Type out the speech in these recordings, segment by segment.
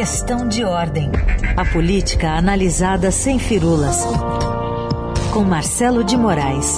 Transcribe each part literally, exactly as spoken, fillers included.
Questão de ordem. A política analisada sem firulas. Com Marcelo de Moraes.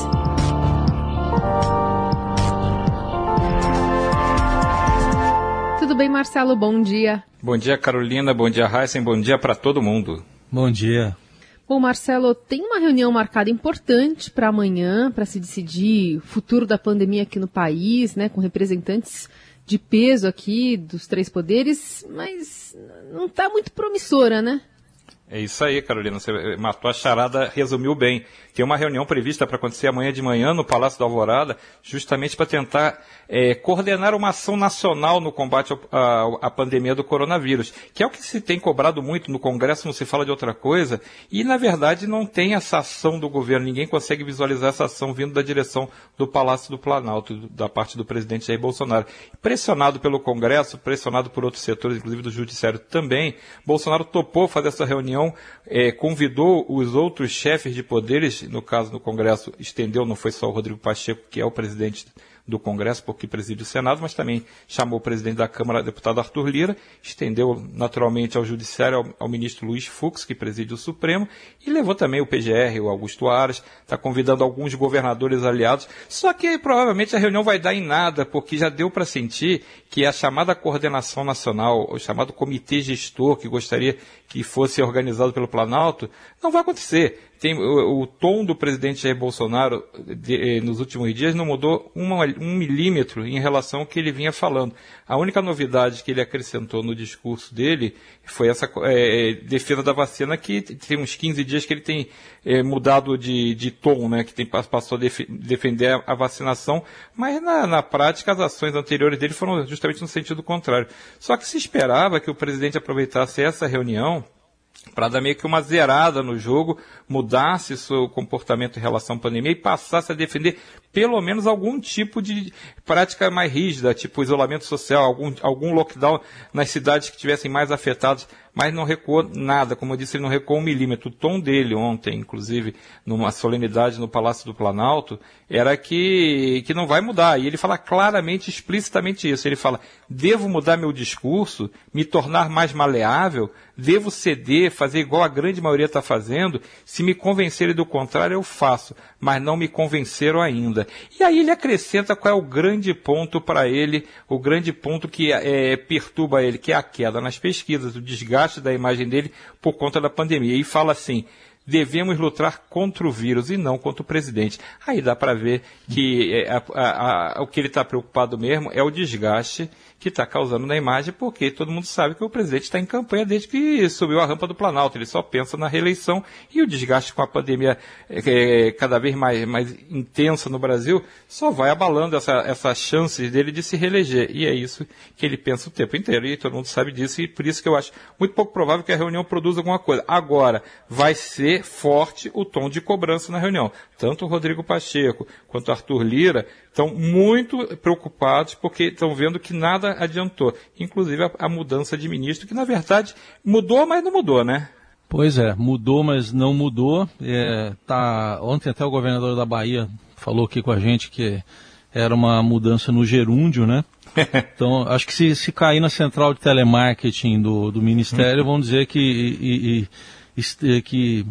Tudo bem, Marcelo? Bom dia. Bom dia, Carolina. Bom dia, Heisen. Bom dia para todo mundo. Bom dia. Bom, Marcelo, tem uma reunião marcada importante para amanhã, para se decidir o futuro da pandemia aqui no país, né, com representantes de peso aqui dos três poderes, mas não está muito promissora, né? É isso aí, Carolina, você matou a charada, resumiu bem. Tem uma reunião prevista para acontecer amanhã de manhã no Palácio da Alvorada, justamente para tentar é, coordenar uma ação nacional no combate à pandemia do coronavírus, que é o que se tem cobrado muito no Congresso, não se fala de outra coisa, e na verdade não tem essa ação do governo, ninguém consegue visualizar essa ação vindo da direção do Palácio do Planalto, da parte do presidente Jair Bolsonaro. Pressionado pelo Congresso, pressionado por outros setores, inclusive do Judiciário também, Bolsonaro topou fazer essa reunião. É, convidou os outros chefes de poderes, no caso no Congresso, estendeu, não foi só o Rodrigo Pacheco, que é o presidente do Congresso, porque preside o Senado, mas também chamou o presidente da Câmara, deputado Arthur Lira, estendeu naturalmente ao Judiciário, ao, ao ministro Luiz Fux, que preside o Supremo, e levou também o P G R, o Augusto Aras, está convidando alguns governadores aliados, só que provavelmente a reunião vai dar em nada, porque já deu para sentir que a chamada coordenação nacional, o chamado comitê gestor, que gostaria que fosse organizado pelo Planalto, não vai acontecer. Tem, o, o tom do presidente Jair Bolsonaro de, nos últimos dias não mudou uma, um milímetro em relação ao que ele vinha falando. A única novidade que ele acrescentou no discurso dele foi essa é, defesa da vacina, que tem uns quinze dias que ele tem é, mudado de, de tom, né, que tem, passou a def, defender a, a vacinação, mas na, na prática as ações anteriores dele foram justamente no sentido contrário. Só que se esperava que o presidente aproveitasse essa reunião para dar meio que uma zerada no jogo, mudasse seu comportamento em relação à pandemia e passasse a defender pelo menos algum tipo de prática mais rígida, tipo isolamento social, algum, algum lockdown nas cidades que tivessem mais afetadas, mas não recuou nada. Como eu disse, ele não recuou um milímetro. O tom dele ontem, inclusive, numa solenidade no Palácio do Planalto, era que, que não vai mudar. E ele fala claramente, explicitamente isso. Ele fala, devo mudar meu discurso, me tornar mais maleável, devo ceder, fazer igual a grande maioria está fazendo, se me convencerem do contrário eu faço, mas não me convenceram ainda. E aí ele acrescenta qual é o grande ponto para ele, o grande ponto que é, perturba ele, que é a queda nas pesquisas, o desgaste da imagem dele por conta da pandemia. E fala assim, devemos lutar contra o vírus e não contra o presidente. Aí dá para ver que a, a, a, o que ele está preocupado mesmo é o desgaste que está causando na imagem, porque todo mundo sabe que o presidente está em campanha desde que subiu a rampa do Planalto. Ele só pensa na reeleição e o desgaste com a pandemia é, cada vez mais, mais intensa no Brasil só vai abalando essa, essas chances dele de se reeleger. E é isso que ele pensa o tempo inteiro. E todo mundo sabe disso e por isso que eu acho muito pouco provável que a reunião produza alguma coisa. Agora, vai ser forte o tom de cobrança na reunião. Tanto o Rodrigo Pacheco quanto o Arthur Lira estão muito preocupados porque estão vendo que nada adiantou. Inclusive a, a mudança de ministro, que na verdade mudou, mas não mudou, né? Pois é, mudou, mas não mudou. É, tá, ontem até o governador da Bahia falou aqui com a gente que era uma mudança no gerúndio, né? Então, acho que se, se cair na central de telemarketing do, do Ministério, vão dizer que, e, e, que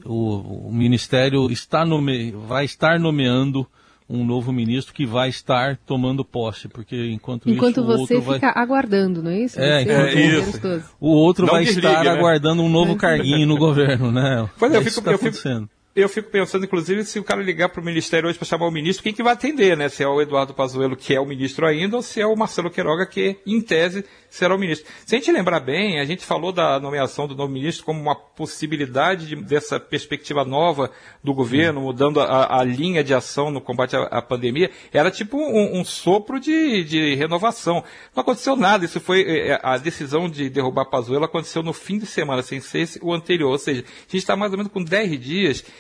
o, o Ministério está nome, vai estar nomeando um novo ministro que vai estar tomando posse, porque enquanto, enquanto isso... Enquanto você outro fica vai... aguardando, não é isso? É, você, é isso. O outro não vai desligue, estar né? aguardando um novo carguinho no governo, né? Pois é, eu fico, tá eu fico... Eu fico pensando, inclusive, se o cara ligar para o Ministério hoje para chamar o ministro, quem que vai atender, né? Se é o Eduardo Pazuello, que é o ministro ainda, ou se é o Marcelo Queiroga, que, em tese, será o ministro. Se a gente lembrar bem, a gente falou da nomeação do novo ministro como uma possibilidade de, dessa perspectiva nova do governo, mudando a, a linha de ação no combate à, à pandemia. Era tipo um, um sopro de, de renovação. Não aconteceu nada. Isso foi, a decisão de derrubar Pazuello aconteceu no fim de semana, sem ser esse, o anterior. Ou seja, a gente está mais ou menos com dez dias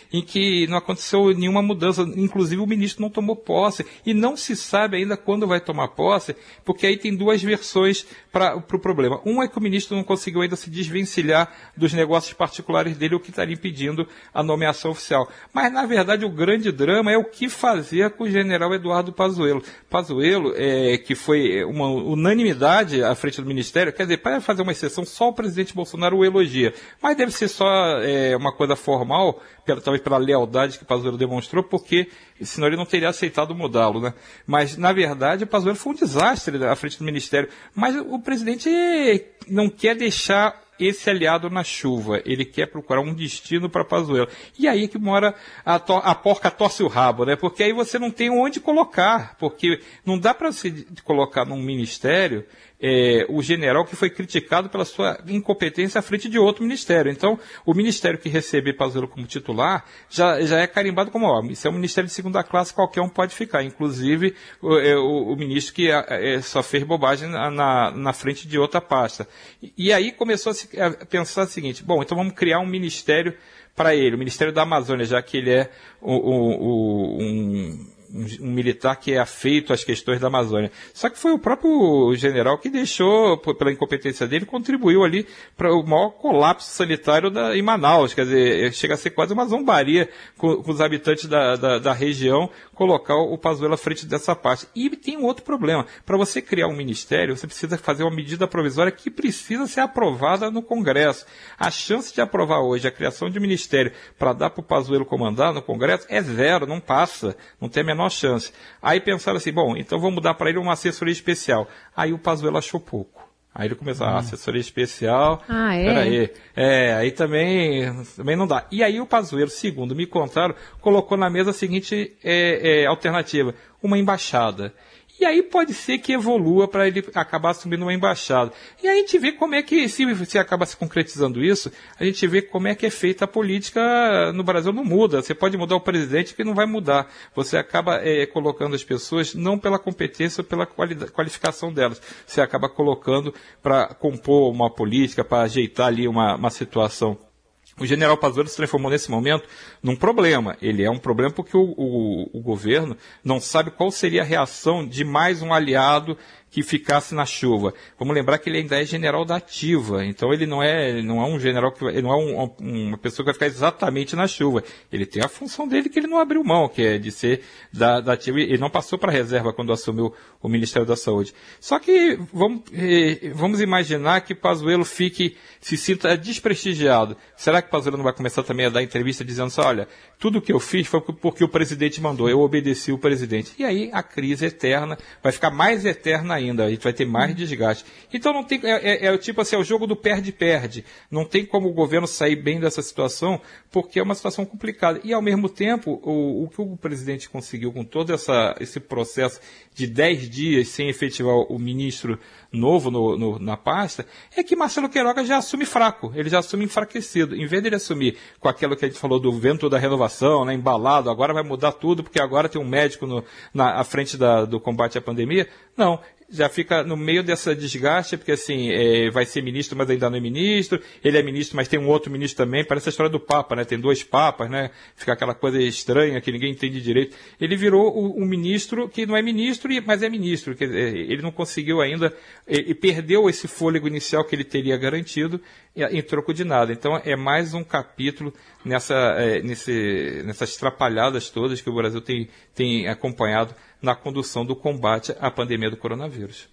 em que não aconteceu nenhuma mudança, inclusive o ministro não tomou posse, e não se sabe ainda quando vai tomar posse, porque aí tem duas versões para o pro problema. Um é que o ministro não conseguiu ainda se desvencilhar dos negócios particulares dele, o que estaria impedindo a nomeação oficial. Mas, na verdade, o grande drama é o que fazer com o general Eduardo Pazuello. Pazuello, é, que foi uma unanimidade à frente do ministério, quer dizer, para fazer uma exceção, só o presidente Bolsonaro o elogia. Mas deve ser só é, uma coisa formal, pela, talvez pela lealdade que o Pazuello demonstrou, porque senão ele não teria aceitado mudá-lo, né? Mas, na verdade, o Pazuello foi um desastre à frente do ministério. Mas o presidente não quer deixar esse aliado na chuva, ele quer procurar um destino para Pazuello. E aí que mora a, to- a porca torce o rabo, né? Porque aí você não tem onde colocar, porque não dá para se colocar num ministério é, o general que foi criticado pela sua incompetência à frente de outro ministério. Então, o ministério que receber Pazuello como titular já, já é carimbado como, ó, isso é um ministério de segunda classe, qualquer um pode ficar, inclusive o, o, o ministro que é, só fez bobagem na, na, na frente de outra pasta. E, e aí começou a, se, a pensar o seguinte, bom, então vamos criar um ministério para ele, o Ministério da Amazônia, já que ele é o, o, o, um... um militar que é afeito às questões da Amazônia. Só que foi o próprio general que deixou, pela incompetência dele, contribuiu ali para o maior colapso sanitário da, em Manaus. Quer dizer, chega a ser quase uma zombaria com, com os habitantes da, da, da região colocar o Pazuello à frente dessa parte. E tem um outro problema. Para você criar um ministério, você precisa fazer uma medida provisória que precisa ser aprovada no Congresso. A chance de aprovar hoje a criação de um ministério para dar para o Pazuello comandar no Congresso é zero, não passa, não tem a menor chance. Aí pensaram assim, bom, então vamos dar para ele uma assessoria especial. Aí o Pazuello achou pouco. Aí ele começou, ah, assessoria especial, ah, é? peraí, é, aí também, também não dá. E aí o Pazuello, segundo me contaram, colocou na mesa a seguinte é, é, alternativa, uma embaixada. E aí pode ser que evolua para ele acabar assumindo uma embaixada. E aí a gente vê como é que, se, se acaba se concretizando isso, a gente vê como é que é feita a política no Brasil, não muda. Você pode mudar o presidente que não vai mudar. Você acaba é, colocando as pessoas não pela competência ou pela qualificação delas. Você acaba colocando para compor uma política, para ajeitar ali uma, uma situação. O general Pazuello se transformou nesse momento num problema. Ele é um problema porque o, o, o governo não sabe qual seria a reação de mais um aliado que ficasse na chuva. Vamos lembrar que ele ainda é general da ativa, então ele não é, ele não é um general que ele não é um, uma pessoa que vai ficar exatamente na chuva. Ele tem a função dele que ele não abriu mão, que é de ser da, da ativa. Ele não passou para a reserva quando assumiu o Ministério da Saúde. Só que vamos, eh, vamos imaginar que Pazuello fique, se sinta desprestigiado. Será que Pazuello não vai começar também a dar entrevista dizendo assim, olha, tudo o que eu fiz foi porque o presidente mandou, eu obedeci o presidente. E aí a crise eterna vai ficar mais eterna ainda, a gente vai ter mais desgaste. Então não tem, é, é, é tipo assim, é o jogo do perde-perde. Não tem como o governo sair bem dessa situação, porque é uma situação complicada. E ao mesmo tempo, o, o que o presidente conseguiu com todo essa, esse processo de dez dias sem efetivar o ministro novo no, no, na pasta, é que Marcelo Queiroga já assume fraco, ele já assume enfraquecido. Em vez dele assumir com aquilo que a gente falou do vento da renovação, né, embalado, agora vai mudar tudo, porque agora tem um médico no, na à frente da, do combate à pandemia, não. Já fica no meio dessa desgaste, porque assim, é, vai ser ministro, mas ainda não é ministro, ele é ministro, mas tem um outro ministro também, parece a história do Papa, né? Tem dois papas, né? Fica aquela coisa estranha que ninguém entende direito. Ele virou um ministro que não é ministro, mas é ministro, que ele não conseguiu ainda, e perdeu esse fôlego inicial que ele teria garantido em troco de nada. Então é mais um capítulo nessa, é, nesse, nessas trapalhadas todas que o Brasil tem, tem acompanhado na condução do combate à pandemia do coronavírus.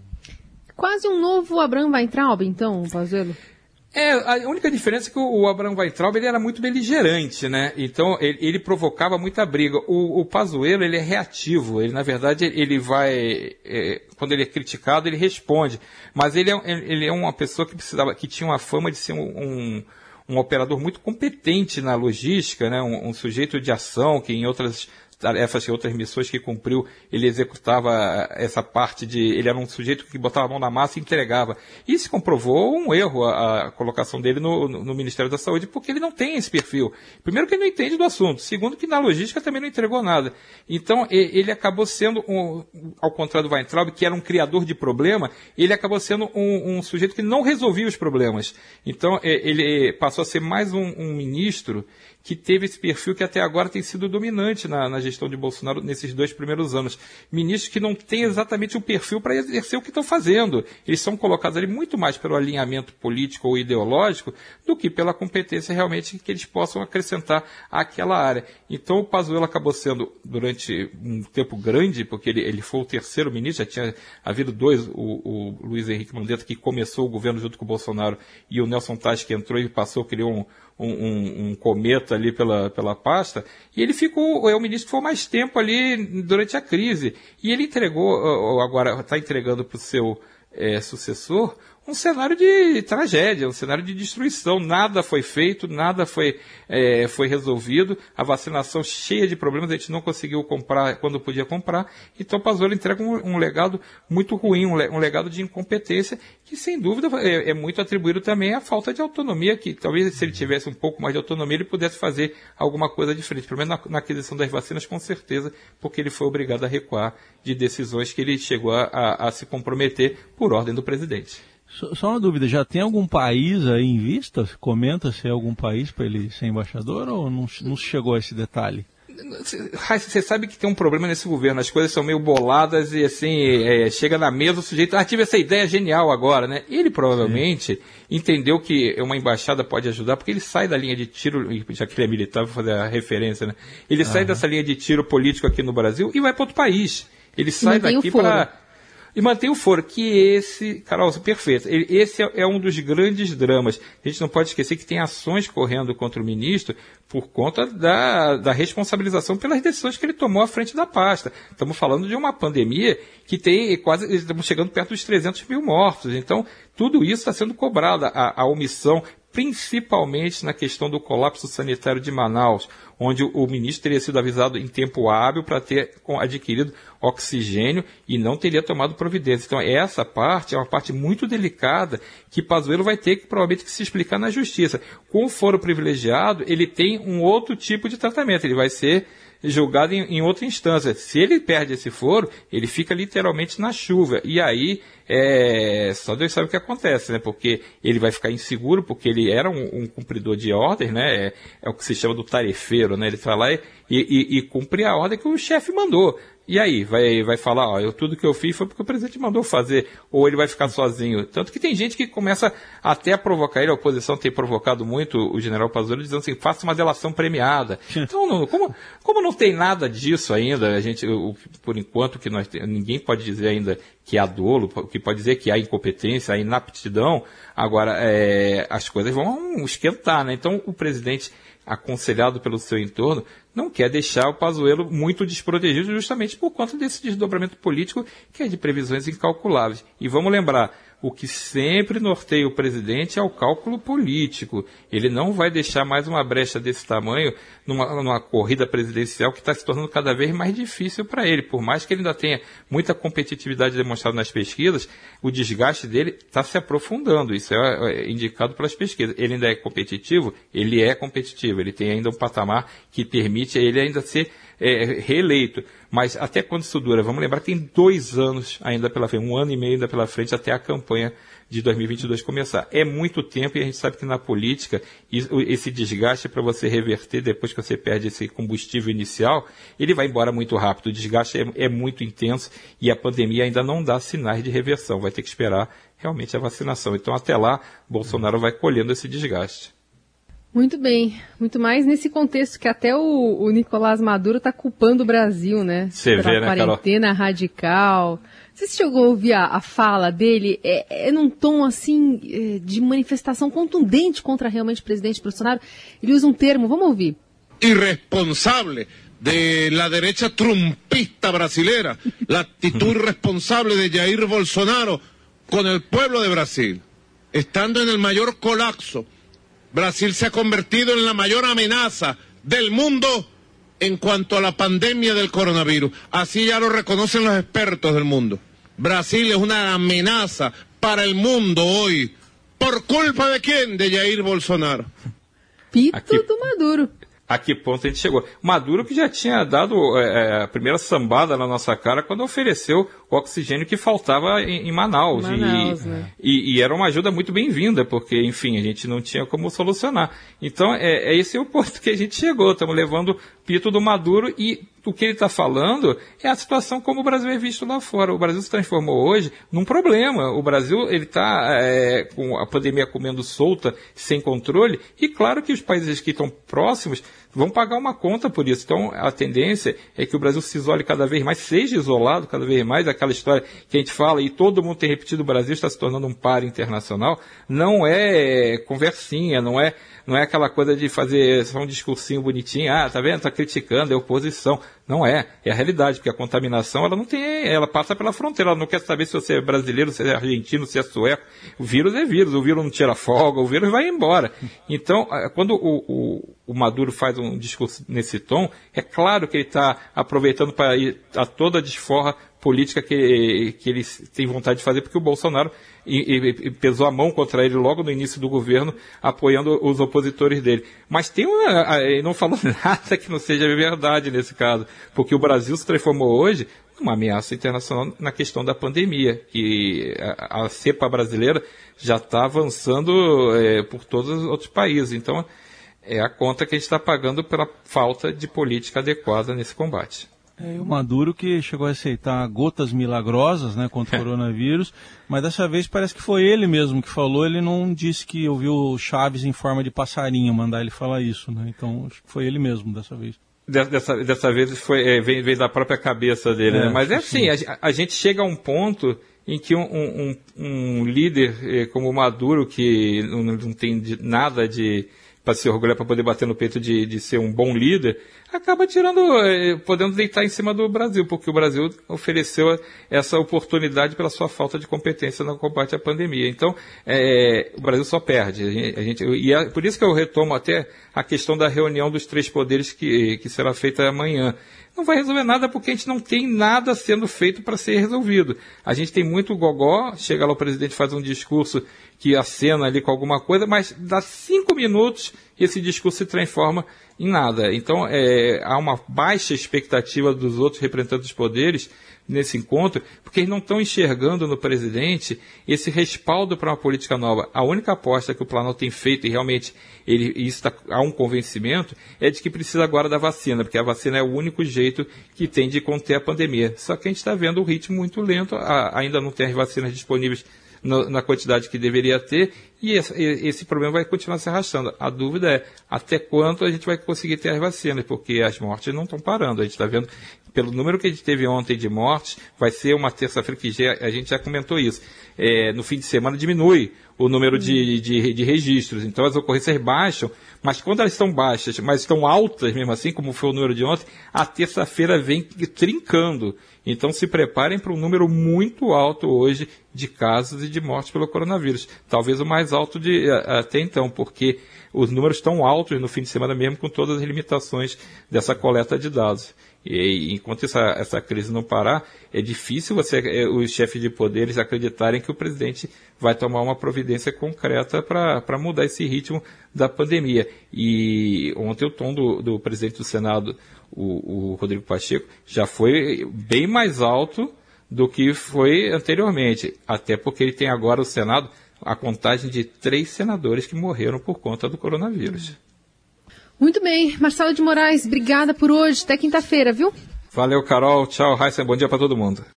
Quase um novo Abraham Weintraub, então, Pazuello? É, a única diferença é que o Abraham Weintraub ele era muito beligerante, né? Então ele, ele provocava muita briga. O, o Pazuello ele é reativo, ele na verdade ele vai, é, quando ele é criticado ele responde, mas ele é, ele é uma pessoa que precisava, que tinha uma fama de ser um, um um operador muito competente na logística, né? um, um sujeito de ação que em outras tarefas e outras missões que cumpriu, ele executava essa parte de... Ele era um sujeito que botava a mão na massa e entregava. E se comprovou um erro a, a colocação dele no, no, no Ministério da Saúde, porque ele não tem esse perfil. Primeiro que ele não entende do assunto. Segundo que na logística também não entregou nada. Então ele acabou sendo, um, ao contrário do Weintraub, que era um criador de problema, ele acabou sendo um, um sujeito que não resolvia os problemas. Então ele passou a ser mais um, um ministro que teve esse perfil que até agora tem sido dominante na, na gestão de Bolsonaro nesses dois primeiros anos. Ministros que não têm exatamente o perfil para exercer o que estão fazendo. Eles são colocados ali muito mais pelo alinhamento político ou ideológico do que pela competência realmente que eles possam acrescentar àquela área. Então o Pazuello acabou sendo, durante um tempo grande, porque ele, ele foi o terceiro ministro, já tinha havido dois, o, o Luiz Henrique Mandetta, que começou o governo junto com o Bolsonaro, e o Nelson Taixe, que entrou e passou, criou um Um, um, um cometa ali pela, pela pasta, e ele ficou, é o ministro que ficou mais tempo ali durante a crise, e ele entregou, agora está entregando para o seu é, sucessor, um cenário de tragédia, um cenário de destruição. Nada foi feito, nada foi, é, foi resolvido, a vacinação cheia de problemas, a gente não conseguiu comprar quando podia comprar, então o Pazuello entrega um, um legado muito ruim, um, um legado de incompetência, que sem dúvida é, é muito atribuído também à falta de autonomia, que talvez se ele tivesse um pouco mais de autonomia, ele pudesse fazer alguma coisa diferente, pelo menos na, na aquisição das vacinas, com certeza, porque ele foi obrigado a recuar de decisões que ele chegou a, a, a se comprometer por ordem do presidente. Só uma dúvida, já tem algum país aí em vista? Comenta se é algum país para ele ser embaixador ou não, não chegou a esse detalhe? Você sabe que tem um problema nesse governo, as coisas são meio boladas e assim, é, chega na mesa o sujeito, ah, tive essa ideia genial agora, né? Ele provavelmente Sim. entendeu que uma embaixada pode ajudar, porque ele sai da linha de tiro, já que ele é militar, vou fazer a referência, né? Ele sai Aham. dessa linha de tiro político aqui no Brasil e vai para outro país. Ele sai daqui para... E mantém o foro, que esse, Carol, perfeito, esse é um dos grandes dramas. A gente não pode esquecer que tem ações correndo contra o ministro por conta da, da responsabilização pelas decisões que ele tomou à frente da pasta. Estamos falando de uma pandemia que tem quase, estamos chegando perto dos trezentos mil mortos. Então, tudo isso está sendo cobrado, a, a omissão, principalmente na questão do colapso sanitário de Manaus, onde o ministro teria sido avisado em tempo hábil para ter adquirido oxigênio e não teria tomado providência. Então, essa parte é uma parte muito delicada que Pazuello vai ter que, provavelmente, que se explicar na justiça. Com o foro privilegiado, ele tem um outro tipo de tratamento, ele vai ser julgado em, em outra instância. Se ele perde esse foro, ele fica literalmente na chuva. E aí, é, só Deus sabe o que acontece, né? Porque ele vai ficar inseguro, porque ele era um, um cumpridor de ordens, né? É, é o que se chama do tarefeiro, né? Ele vai lá e, e, e cumpre a ordem que o chefe mandou. E aí, vai, vai falar, ó, eu, tudo que eu fiz foi porque o presidente mandou fazer, ou ele vai ficar sozinho. Tanto que tem gente que começa até a provocar ele, a oposição tem provocado muito o general Pazuello, dizendo assim, faça uma delação premiada. Então, não, como, como não tem nada disso ainda, a gente, o, por enquanto, que nós tem, ninguém pode dizer ainda que há dolo, que pode dizer que há incompetência, há inaptidão, agora, é, as coisas vão esquentar, né? Então, o presidente, aconselhado pelo seu entorno, não quer deixar o Pazuello muito desprotegido justamente por conta desse desdobramento político que é de previsões incalculáveis. E vamos lembrar, o que sempre norteia o presidente é o cálculo político. Ele não vai deixar mais uma brecha desse tamanho numa, numa corrida presidencial que está se tornando cada vez mais difícil para ele. Por mais que ele ainda tenha muita competitividade demonstrada nas pesquisas, o desgaste dele está se aprofundando. Isso é indicado pelas pesquisas. Ele ainda é competitivo? Ele é competitivo. Ele tem ainda um patamar que permite ele ainda ser é, reeleito. Mas até quando isso dura? Vamos lembrar que tem dois anos ainda pela frente, um ano e meio ainda pela frente até a campanha de dois mil e vinte e dois começar. É muito tempo e a gente sabe que na política esse desgaste para você reverter depois que você perde esse combustível inicial, ele vai embora muito rápido. O desgaste é, é muito intenso e a pandemia ainda não dá sinais de reversão. Vai ter que esperar realmente a vacinação. Então até lá, Bolsonaro vai colhendo esse desgaste. Muito bem, muito mais nesse contexto que até o, o Nicolás Maduro está culpando o Brasil, né? Você vê, né, Carol? Quarentena radical. Você chegou a ouvir a, a fala dele? É, é num tom, assim, é, de manifestação contundente contra realmente o presidente Bolsonaro. Ele usa um termo, vamos ouvir. Irresponsável de la derecha trumpista brasileira, la actitud irresponsável de Jair Bolsonaro com o pueblo de Brasil, estando en el mayor colapso. Brasil se ha convertido en la mayor amenaza del mundo en cuanto a la pandemia del coronavirus. Así ya lo reconocen los expertos del mundo. Brasil es una amenaza para el mundo hoy. ¿Por culpa de quién? De Jair Bolsonaro. Pito Aqui. do Maduro. A que ponto a gente chegou? Maduro que já tinha dado é, a primeira sambada na nossa cara quando ofereceu o oxigênio que faltava em, em Manaus. Manaus, e, né? e, e era uma ajuda muito bem-vinda, porque, enfim, a gente não tinha como solucionar. Então, é, é esse o ponto que a gente chegou. Estamos levando pito do Maduro e o que ele está falando é a situação como o Brasil é visto lá fora. O Brasil se transformou hoje num problema. O Brasil ele está é, com a pandemia comendo solta, sem controle, e claro que os países que estão próximos vão pagar uma conta por isso. Então, a tendência é que o Brasil se isole cada vez mais, seja isolado cada vez mais. Aquela história que a gente fala, e todo mundo tem repetido, o Brasil está se tornando um par internacional, não é conversinha, não é, não é aquela coisa de fazer só um discursinho bonitinho, ah, tá vendo, tá criticando, é oposição. Não é, é a realidade, porque a contaminação, ela não tem, ela passa pela fronteira, ela não quer saber se você é brasileiro, se é argentino, se é sueco. O vírus é vírus, o vírus não tira folga, o vírus vai embora. Então, quando o, o, o Maduro faz um discurso nesse tom, é claro que ele está aproveitando para ir a toda a desforra política que, que ele tem vontade de fazer, porque o Bolsonaro e, e, e pesou a mão contra ele logo no início do governo, apoiando os opositores dele. Mas tem uma, ele não falou nada que não seja verdade nesse caso, porque o Brasil se transformou hoje numa ameaça internacional na questão da pandemia, que a, a cepa brasileira já está avançando é, por todos os outros países. Então, é a conta que a gente está pagando pela falta de política adequada nesse combate. É, o Maduro que chegou a aceitar gotas milagrosas, né, contra o coronavírus, mas dessa vez parece que foi ele mesmo que falou, ele não disse que ouviu Chaves em forma de passarinho mandar ele falar isso, né, então acho que foi ele mesmo dessa vez. Dessa, dessa vez foi, é, veio, veio da própria cabeça dele, é, né? Mas é assim, a, a gente chega a um ponto em que um, um, um líder é, como o Maduro, que não, não tem de, nada de para se orgulhar, para poder bater no peito de, de ser um bom líder, acaba tirando, eh, podendo deitar em cima do Brasil, porque o Brasil ofereceu essa oportunidade pela sua falta de competência no combate à pandemia. Então, eh, o Brasil só perde. A gente, a gente, e é por isso que eu retomo até a questão da reunião dos três poderes que, que será feita amanhã. Não vai resolver nada porque a gente não tem nada sendo feito para ser resolvido. A gente tem muito gogó, chega lá o presidente faz um discurso que acena ali com alguma coisa, mas dá cinco minutos e esse discurso se transforma em nada. Então, é, há uma baixa expectativa dos outros representantes dos poderes nesse encontro, porque eles não estão enxergando no presidente esse respaldo para uma política nova. A única aposta que o Planalto tem feito, e realmente ele, isso tá, há um convencimento, é de que precisa agora da vacina, porque a vacina é o único jeito que tem de conter a pandemia. Só que a gente está vendo o ritmo muito lento, a, ainda não tem as vacinas disponíveis no, na quantidade que deveria ter, e esse, esse problema vai continuar se arrastando. A dúvida é até quanto a gente vai conseguir ter as vacinas, porque as mortes não estão parando. A gente está vendo, pelo número que a gente teve ontem de mortes, vai ser uma terça-feira que já, a gente já comentou isso. É, no fim de semana diminui o número de, de, de registros, então as ocorrências baixam, mas quando elas estão baixas, mas estão altas mesmo assim, como foi o número de ontem, a terça-feira vem trincando. Então se preparem para um número muito alto hoje de casos e de mortes pelo coronavírus. Talvez o mais alto de, até então, porque os números estão altos no fim de semana mesmo com todas as limitações dessa coleta de dados. E enquanto essa, essa crise não parar, é difícil você, os chefes de poderes acreditarem que o presidente vai tomar uma providência concreta para mudar esse ritmo da pandemia. E ontem o tom do, do presidente do Senado, o, o Rodrigo Pacheco, já foi bem mais alto do que foi anteriormente, até porque ele tem agora o Senado a contagem de três senadores que morreram por conta do coronavírus. Muito bem, Marcelo de Moraes, obrigada por hoje, até quinta-feira, viu? Valeu, Carol, tchau, Raíssa, bom dia para todo mundo.